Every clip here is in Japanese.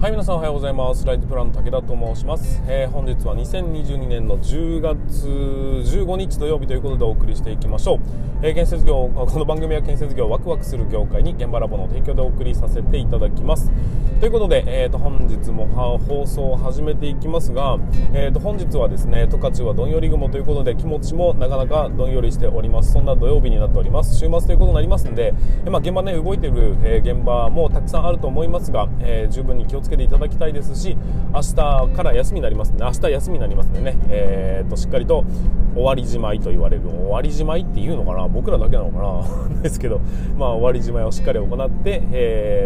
はい、皆さんおはようございます。ライズプランの武田と申します。本日は2022年の10月15日土曜日ということでお送りしていきましょう。建設業、この番組は建設業ワクワクする業界に現場ラボの提供でお送りさせていただきます。ということで、本日も放送を始めていきますが、本日はですね、十勝はどんより雲ということで気持ちもなかなかどんよりしております。そんな土曜日になっております。週末ということになりますので、現場ね、動いている、現場もたくさんあると思いますが、十分に気をつけていただきたいですし、明日から休みになりますね。明日休みになりますのでね、しっかりと終わりじまいと言われる、終わりじまいっていうのかな、僕らだけなのかなですけど、終わりじまいをしっかり行って、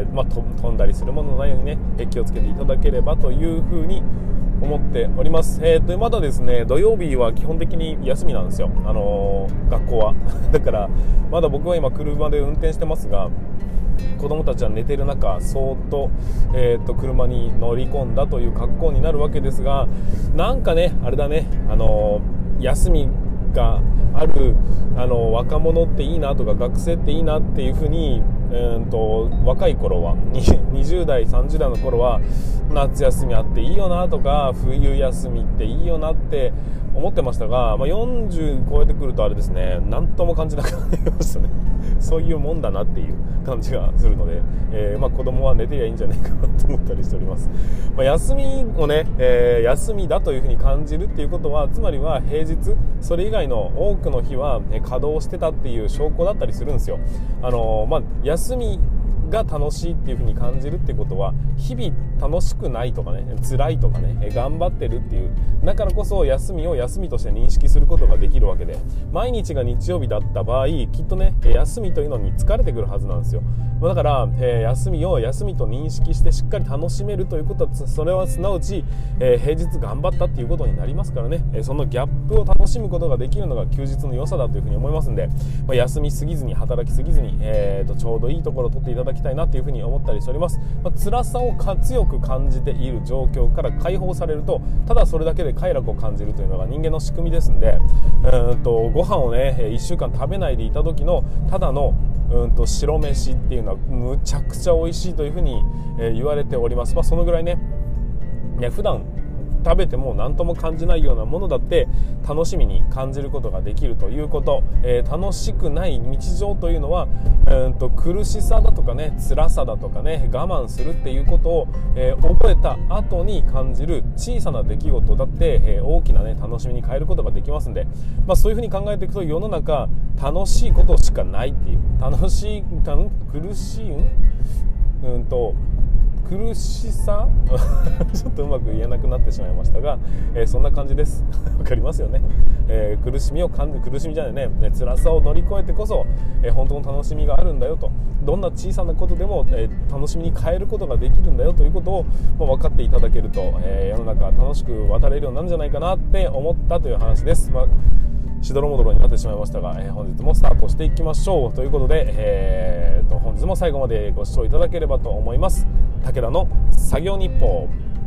飛んだりするもののないようにね、気をつけていただければというふうに思っております。まだですね、土曜日は基本的に休みなんですよ、学校はだからまだ僕は今車で運転してますが、子供たちは寝ている中、そーっと、車に乗り込んだという格好になるわけですが、なんかね、あれだね、休みがある若者っていいなとか、学生っていいなっていうふうに、若い頃は20代30代の頃は夏休みあっていいよなとか、冬休みっていいよなって思ってましたが、40超えてくるとあれですね、何とも感じなくなりましたねそういうもんだなっていう感じがするので、子供は寝てりゃいいんじゃないかなと思ったりしております。休みをね、休みだというふうに感じるっていうことは、つまりは平日それ以外の多くの日は稼働してたっていう証拠だったりするんですよ。休みが楽しいっていう風に感じるってことは、日々楽しくないとかね、辛いとかね、頑張ってるっていう、だからこそ休みを休みとして認識することができるわけで、毎日が日曜日だった場合、きっとね、休みというのに疲れてくるはずなんですよ。だから、休みを休みと認識してしっかり楽しめるということは、それはすなわち、平日頑張ったっていうことになりますからね、そのギャップを楽しむことができるのが休日の良さだというふうに思いますんで、休みすぎずに、働きすぎずに、ちょうどいいところを取っていただきたいなというふうに思ったりしております。辛さを強く感じている状況から解放されると、ただそれだけで快楽を感じるというのが人間の仕組みですんで、ご飯をね1週間食べないでいた時のただの白飯っていうのはむちゃくちゃ美味しいというふうに言われております。そのぐらいね、普段食べても何とも感じないようなものだって楽しみに感じることができるということ、楽しくない日常というのは、苦しさだとかね、辛さだとかね、我慢するっていうことを、覚えた後に感じる小さな出来事だって、大きなね楽しみに変えることができますんで、そういうふうに考えていくと、世の中楽しいことしかないっていう、苦しさちょっとうまく言えなくなってしまいましたが、そんな感じですわかりますよね。苦しみじゃないね、辛さを乗り越えてこそ、本当の楽しみがあるんだよと、どんな小さなことでも、楽しみに変えることができるんだよということを、分かっていただけると、世の中楽しく渡れるようになるんじゃないかなって思ったという話です。しどろもどろになってしまいましたが、本日もスタートしていきましょうということで、本日も最後までご視聴いただければと思います。武田の作業日報。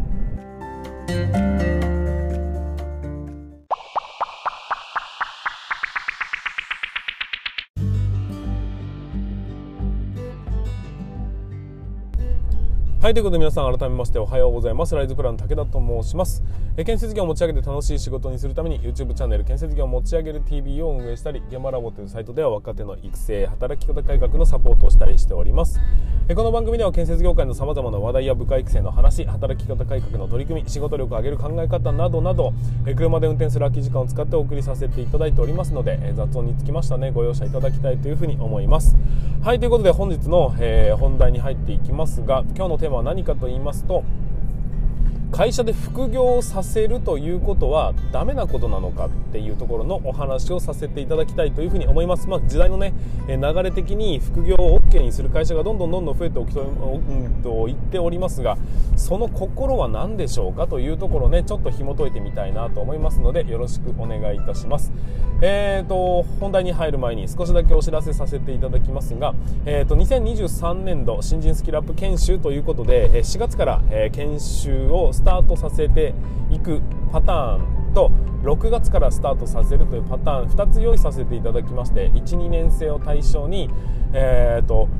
はい、ということで皆さん改めましておはようございます。ライズプラン武田と申します。建設業を持ち上げて楽しい仕事にするために YouTube チャンネル建設業を持ち上げる TV を運営したり、現場ラボというサイトでは若手の育成、働き方改革のサポートをしたりしております。この番組では建設業界の様々な話題や部下育成の話、働き方改革の取り組み、仕事力を上げる考え方などなど、車で運転する空き時間を使ってお送りさせていただいておりますので、雑音につきましたね、ご容赦いただきたいというふうに思います。はい、ということで本日の、本題に入っていきますが、今日のテーマは何かと言いますと、会社で副業をさせるということはダメなことなのかっていうところのお話をさせていただきたいというふうに思います。時代のね、流れ的に副業を OK にする会社がどんどん増えていっておりますが、その心は何でしょうかというところをね、ちょっと紐解いてみたいなと思いますので、よろしくお願いいたします。本題に入る前に少しだけお知らせさせていただきますが、2023年度新人スキルアップ研修ということで、4月から、研修をスタートさせていくパターンと、6月からスタートさせるというパターン2つ用意させていただきまして、 1,2 年生を対象に、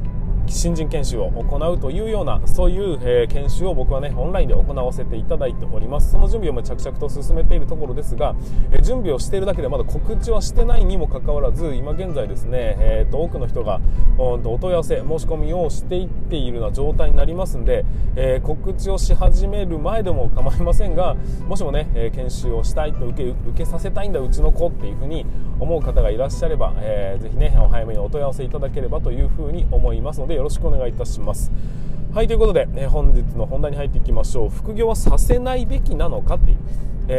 新人研修を行うというようなそういう、研修を僕はねオンラインで行わせていただいております。その準備を着々と進めているところですが、準備をしているだけでまだ告知はしてないにもかかわらず、今現在ですね、多くの人がお問い合わせ申し込みをしていっているような状態になりますんで、告知をし始める前でも構いませんが、もしもね、研修をしたいと受けさせたいんだうちの子っていうふうに思う方がいらっしゃれば、ぜひねお早めにお問い合わせいただければというふうに思いますので、よろしくお願いいたします。はい、ということで、本日の本題に入っていきましょう。副業はさせないべきなのかっていう、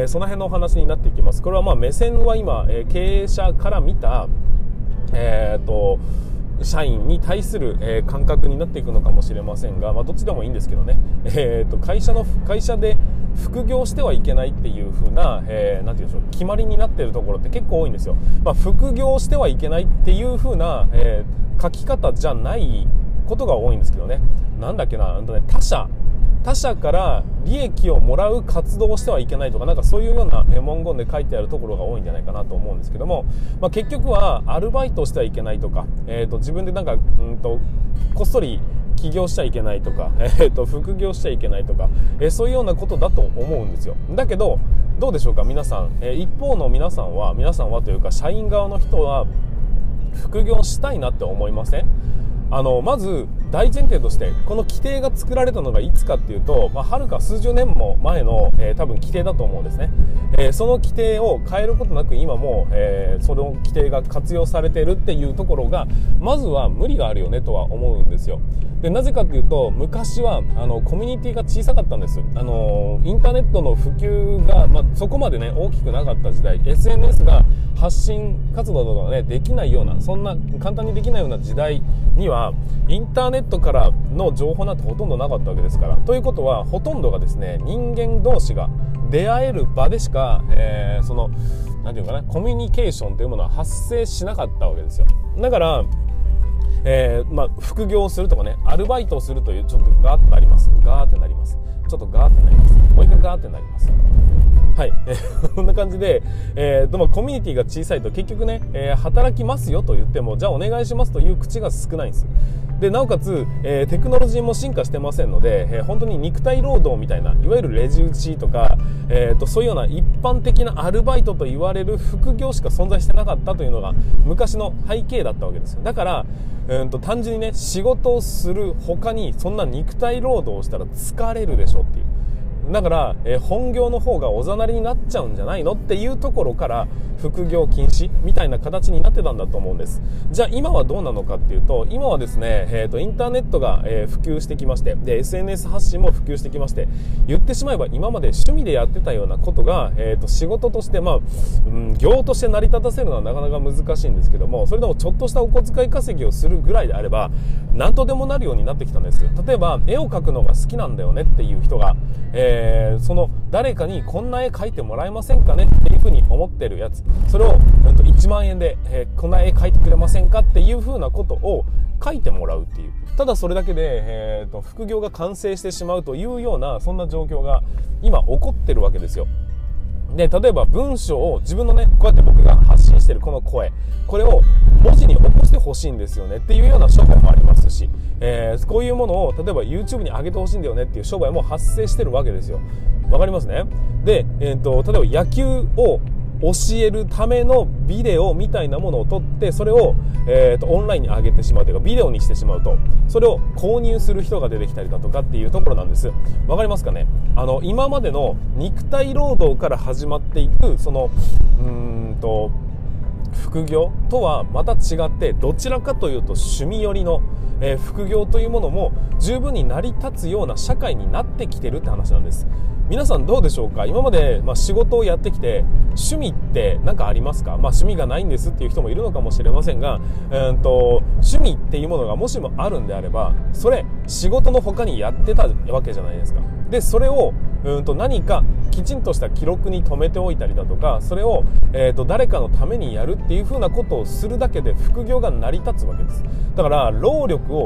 その辺のお話になっていきます。これは目線は今、経営者から見た、社員に対する、感覚になっていくのかもしれませんが、どっちでもいいんですけどね、会社で副業してはいけないっていう風な、なんていうんでしょう、決まりになっているところって結構多いんですよ。副業してはいけないっていう風な、書き方じゃないことが多いんですけどね。なんだっけな、他社から利益をもらう活動をしてはいけないとか、なんかそういうような文言で書いてあるところが多いんじゃないかなと思うんですけども、結局はアルバイトしてはいけないとか、自分でなんかこっそり起業しちゃいけないとか、副業しちゃいけないとか、そういうようなことだと思うんですよ。だけどどうでしょうか皆さん、一方の皆さんはというか社員側の人は副業したいなって思いません？まず大前提としてこの規定が作られたのがいつかっていうと、はるか数十年も前の、多分規定だと思うんですね。その規定を変えることなく今も、その規定が活用されているっていうところがまずは無理があるよねとは思うんですよ。でなぜかというと、昔はコミュニティが小さかったんです。インターネットの普及が、そこまでね大きくなかった時代、 SNS が発信活動とかがねできないような、そんな簡単にできないような時代にはインターネットからの情報なんてほとんどなかったわけですから。ということはほとんどがですね人間同士が出会える場でしか、なんていうかな、コミュニケーションというものは発生しなかったわけですよ。だから副業をするとかね、アルバイトをするという、ちょっとガーってなります。ガーってなります。ちょっとガーってなります。もう一回ガーってなります。はい、こんな感じで、コミュニティが小さいと結局ね、働きますよと言っても、じゃあお願いしますという口が少ないんです。でなおかつ、テクノロジーも進化してませんので、本当に肉体労働みたいな、いわゆるレジ打ちとか、そういうような一般的なアルバイトと言われる副業しか存在してなかったというのが昔の背景だったわけですよ。だから単純にね仕事をする他にそんな肉体労働をしたら疲れるでしょっていう。だから、本業の方がおざなりになっちゃうんじゃないのっていうところから副業禁止みたいな形になってたんだと思うんです。じゃあ今はどうなのかっていうと、今はですね、インターネットが、普及してきまして、で SNS 発信も普及してきまして、言ってしまえば今まで趣味でやってたようなことが、仕事として、業として成り立たせるのはなかなか難しいんですけども、それでもちょっとしたお小遣い稼ぎをするぐらいであれば何とでもなるようになってきたんです。例えば絵を描くのが好きなんだよねっていう人が、その誰かにこんな絵描いてもらえませんかねっていうふうに思ってるやつ、それを1万円で、こんな絵描いてくれませんかっていうふうなことを書いてもらうっていう、ただそれだけで、副業が完成してしまうというような、そんな状況が今起こってるわけですよ。で例えば文章を自分のね、こうやって僕が発信してるこの声、これを文字に起こしてほしいんですよねっていうような商売もありますし、こういうものを例えば YouTube に上げてほしいんだよねっていう商売も発生してるわけですよ。わかりますね。で、例えば野球を教えるためのビデオみたいなものを撮って、それを、オンラインに上げてしまうというかビデオにしてしまうと、それを購入する人が出てきたりだとかっていうところなんです。わかりますかね。今までの肉体労働から始まっていくその副業とはまた違って、どちらかというと趣味寄りの、副業というものも十分に成り立つような社会になってきてるって話なんです。皆さんどうでしょうか。今まで、仕事をやってきて趣味って何かありますか。趣味がないんですっていう人もいるのかもしれませんが、趣味っていうものがもしもあるんであれば、それ仕事の他にやってたわけじゃないですか。でそれを何かきちんとした記録に留めておいたりだとか、それを、誰かのためにやるっていう風なことをするだけで副業が成り立つわけです。だから労力を増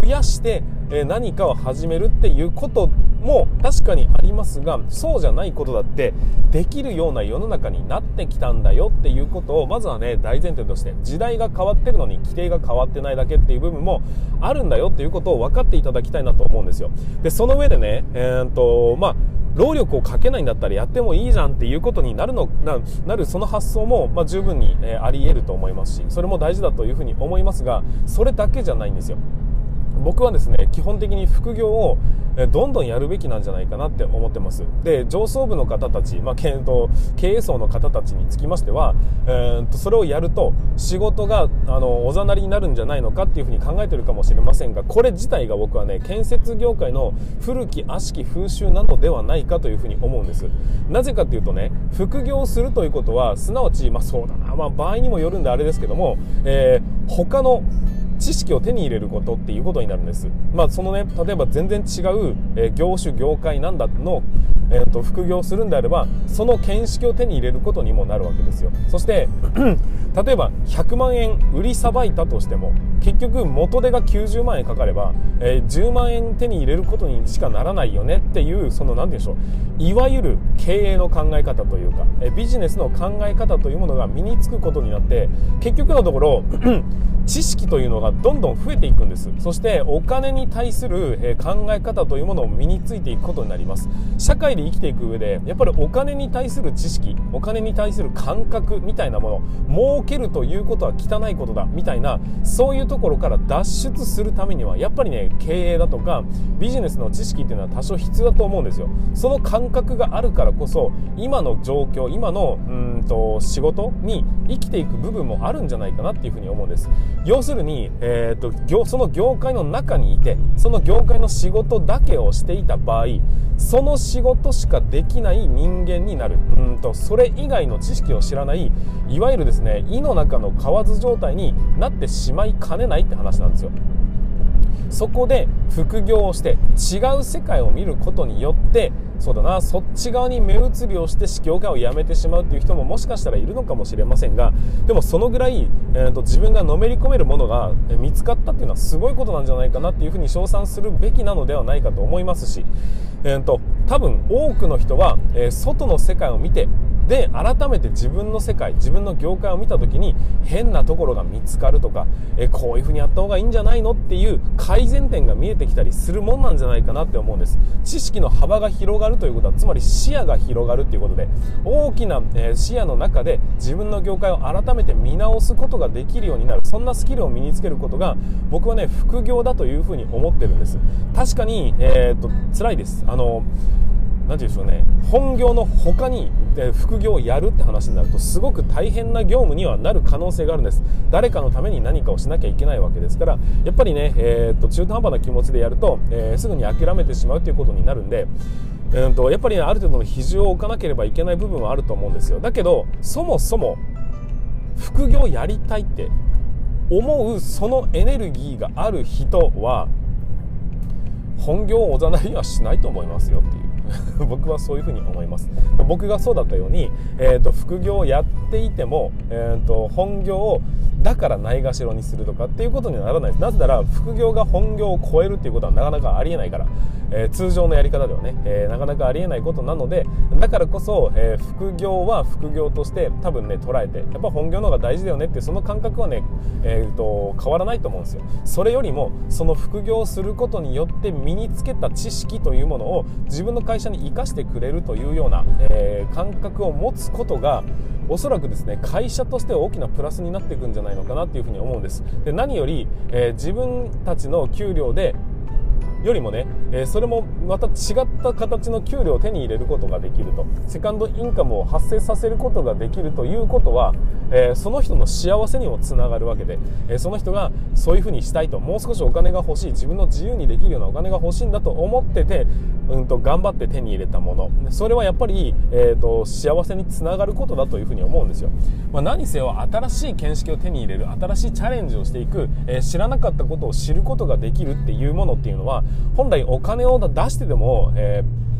やして、何かを始めるっていうことも確かにありますが、そうじゃないことだってできるような世の中になってきたんだよっていうことをまずはね、大前提として、時代が変わってるのに規定が変わってないだけっていう部分もあるんだよっていうことを分かっていただきたいなと思うんですよ。でその上でね、労力をかけないんだったらやってもいいじゃんっていうことになるその発想も、十分に、あり得ると思いますし、それも大事だというふうに思いますが、それだけじゃないんですよ。僕はですね、基本的に副業をどんどんやるべきなんじゃないかなって思ってます。で、上層部の方たち、経営層の方たちにつきましては、それをやると仕事がおざなりになるんじゃないのかっていうふうに考えているかもしれませんが、これ自体が僕はね、建設業界の古き悪しき風習なのではないかというふうに思うんです。なぜかっていうとね、副業をするということはすなわち、そうだな、場合にもよるんであれですけども、他の知識を手に入れることっていうことになるんです。そのね、例えば全然違う、業種業界なんだの、副業するんであれば、その見識を手に入れることにもなるわけですよ。そして例えば100万円売りさばいたとしても、結局元手が90万円かかれば、10万円手に入れることにしかならないよねっていう、その何て言うんでしょう、いわゆる経営の考え方というか、ビジネスの考え方というものが身につくことになって、結局のところ知識というのがどんどん増えていくんです。そしてお金に対する考え方というものを身についていくことになります。社会で生きていく上で、やっぱりお金に対する知識、お金に対する感覚みたいなもの、儲けるということは汚いことだみたいな、そういうところから脱出するためにはやっぱりね、経営だとかビジネスの知識っていうのは多少必要だと思うんですよ。その感覚があるからこそ、今の状況、今の仕事に生きていく部分もあるんじゃないかなっていうふうに思うんです。要するに、その業界の中にいて、その業界の仕事だけをしていた場合、その仕事しかできない人間になる。それ以外の知識を知らない、いわゆるですね、井の中の蛙状態になってしまいかねないって話なんですよ。そこで副業をして違う世界を見ることによって、そうだな、そっち側に目移りをして業界を辞めてしまうっていう人ももしかしたらいるのかもしれませんが、でもそのぐらい、自分がのめり込めるものが見つかったっていうのはすごいことなんじゃないかなっていうふうに称賛するべきなのではないかと思いますし、多分多くの人は、外の世界を見て、で改めて自分の世界、自分の業界を見た時に変なところが見つかるとか、こういう風にやった方がいいんじゃないのっていう改善点が見えてきたりするもんなんじゃないかなって思うんです。知識の幅が広がるということは、つまり視野が広がるということで、大きな、視野の中で自分の業界を改めて見直すことができるようになる、そんなスキルを身につけることが僕はね、副業だという風に思ってるんです。確かに、辛いです。なんていうんでしょうね、本業の他に副業をやるって話になるとすごく大変な業務にはなる可能性があるんです。誰かのために何かをしなきゃいけないわけですから、やっぱりね、中途半端な気持ちでやると、すぐに諦めてしまうということになるんで、やっぱり、ね、ある程度の比重を置かなければいけない部分はあると思うんですよ。だけどそもそも副業やりたいって思うそのエネルギーがある人は本業をおざなりにはしないと思いますよっていう僕はそういうふうに思います。僕がそうだったように、副業をやっていても、本業をだからないがしろにするとかっていうことにはならないです。なぜなら副業が本業を超えるっていうことはなかなかありえないから、通常のやり方ではね、なかなかありえないことなので、だからこそ、副業は副業として多分ね捉えて、やっぱ本業の方が大事だよねっていうその感覚はね、変わらないと思うんですよ。それよりもその副業をすることによって身につけた知識というものを自分の会社に生かしてくれるというような、感覚を持つことがおそらくですね、会社として大きなプラスになっていくんじゃないのかなっていうふうに思うんです。で、何より、自分たちの給料でよりもね、それもまた違った形の給料を手に入れることができると、セカンドインカムを発生させることができるということは、その人の幸せにもつながるわけで、その人がそういうふうにしたいと、もう少しお金が欲しい、自分の自由にできるようなお金が欲しいんだと思ってて、頑張って手に入れたもの、それはやっぱり、幸せにつながることだというふうに思うんですよ。何せよ新しい見識を手に入れる、新しいチャレンジをしていく、知らなかったことを知ることができるっていうものっていうのは、本来お金を出してでも、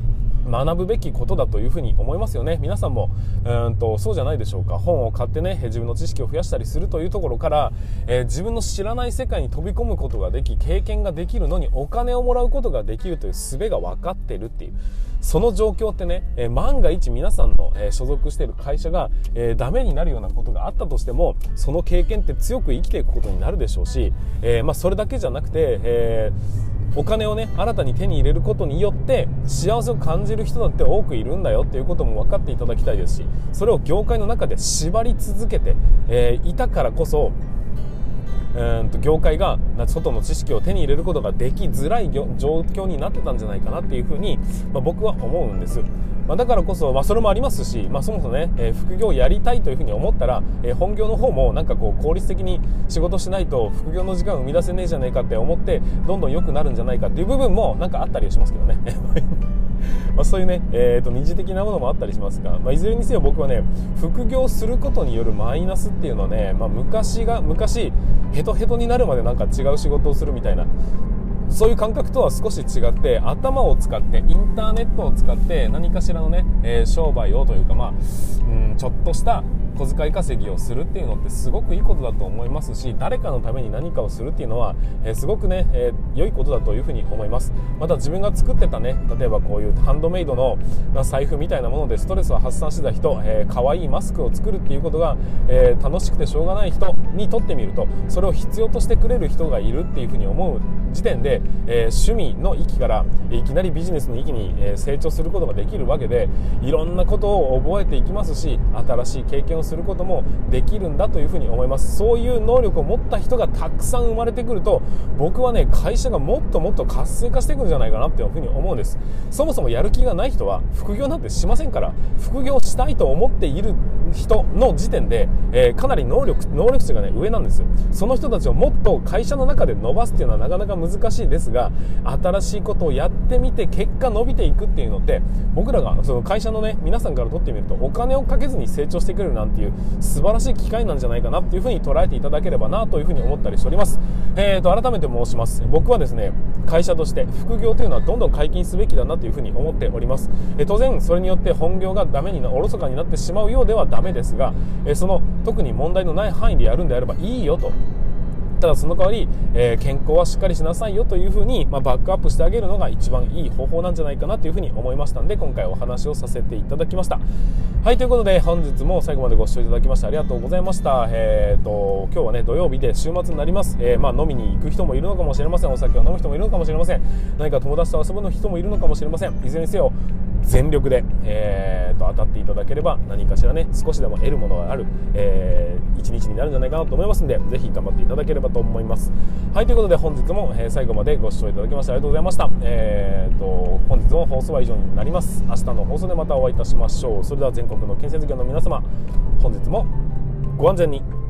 学ぶべきことだというふうに思いますよね。皆さんもそうじゃないでしょうか。本を買ってね、自分の知識を増やしたりするというところから、自分の知らない世界に飛び込むことができ、経験ができるのにお金をもらうことができるという術が分かっているっていう、その状況ってね、万が一皆さんの、所属している会社が、ダメになるようなことがあったとしても、その経験って強く生きていくことになるでしょうし、それだけじゃなくて、お金をね新たに手に入れることによって幸せを感じる人だって多くいるんだよっていうことも分かっていただきたいですし、それを業界の中で縛り続けて、いたからこそ業界が外の知識を手に入れることができづらい状況になってたんじゃないかなっていうふうに、僕は思うんです。だからこそ、それもありますし、そもそもね、副業をやりたいというふうに思ったら、本業の方もなんかこう効率的に仕事しないと副業の時間を生み出せねえじゃねえかって思ってどんどん良くなるんじゃないかっていう部分もなんかあったりはしますけどねそういうね、二次的なものもあったりしますが、いずれにせよ僕はね、副業することによるマイナスっていうのはね、昔ヘトヘトになるまでなんか違う仕事をするみたいな、そういう感覚とは少し違って、頭を使ってインターネットを使って何かしらのね、商売をというか、ちょっとした小遣い稼ぎをするっていうのってすごくいいことだと思いますし、誰かのために何かをするっていうのは、すごくね、良いことだというふうに思います。また自分が作ってたね、例えばこういうハンドメイドの財布みたいなものでストレスを発散してた人、可愛いマスクを作るっていうことが、楽しくてしょうがない人にとってみると、それを必要としてくれる人がいるっていうふうに思う時点で、趣味の域からいきなりビジネスの域に、成長することができるわけで、いろんなことを覚えていきますし、新しい経験をすることもできるんだというふうに思います。そういう能力を持った人がたくさん生まれてくると、僕はね、会社がもっともっと活性化していくんじゃないかなっていうふうに思うんです。そもそもやる気がない人は副業なんてしませんから、副業したいと思っている人の時点で、かなり能力値がね上なんですよ。その人たちをもっと会社の中で伸ばすっていうのはなかなか難しいですが、新しいことをやってみて結果伸びていくっていうのって、僕らがその会社のね皆さんからとってみると、お金をかけずに成長してくれるなんていう素晴らしい機会なんじゃないかなっていうふうに捉えていただければなというふうに思ったりしております。改めて申します。僕はですね、会社として副業というのはどんどん解禁すべきだなというふうに思っております。当然それによって本業がおろそかになってしまうようではダメですが、その特に問題のない範囲でやるんであればいいよと。ただその代わり、健康はしっかりしなさいよというふうに、バックアップしてあげるのが一番いい方法なんじゃないかなというふうに思いましたので、今回お話をさせていただきました。はい、ということで本日も最後までご視聴いただきましてありがとうございました。今日はね土曜日で週末になります。飲みに行く人もいるのかもしれません。お酒を飲む人もいるのかもしれません。何か友達と遊ぶの人もいるのかもしれません。いずれにせよ全力で、当たっていただければ何かしらね少しでも得るものがある、一日になるんじゃないかなと思いますので、ぜひ頑張っていただければと思います。はい、ということで本日も、最後までご視聴いただきましてありがとうございました。本日の放送は以上になります。明日の放送でまたお会いいたしましょう。それでは全国の建設業の皆様、本日もご安全に。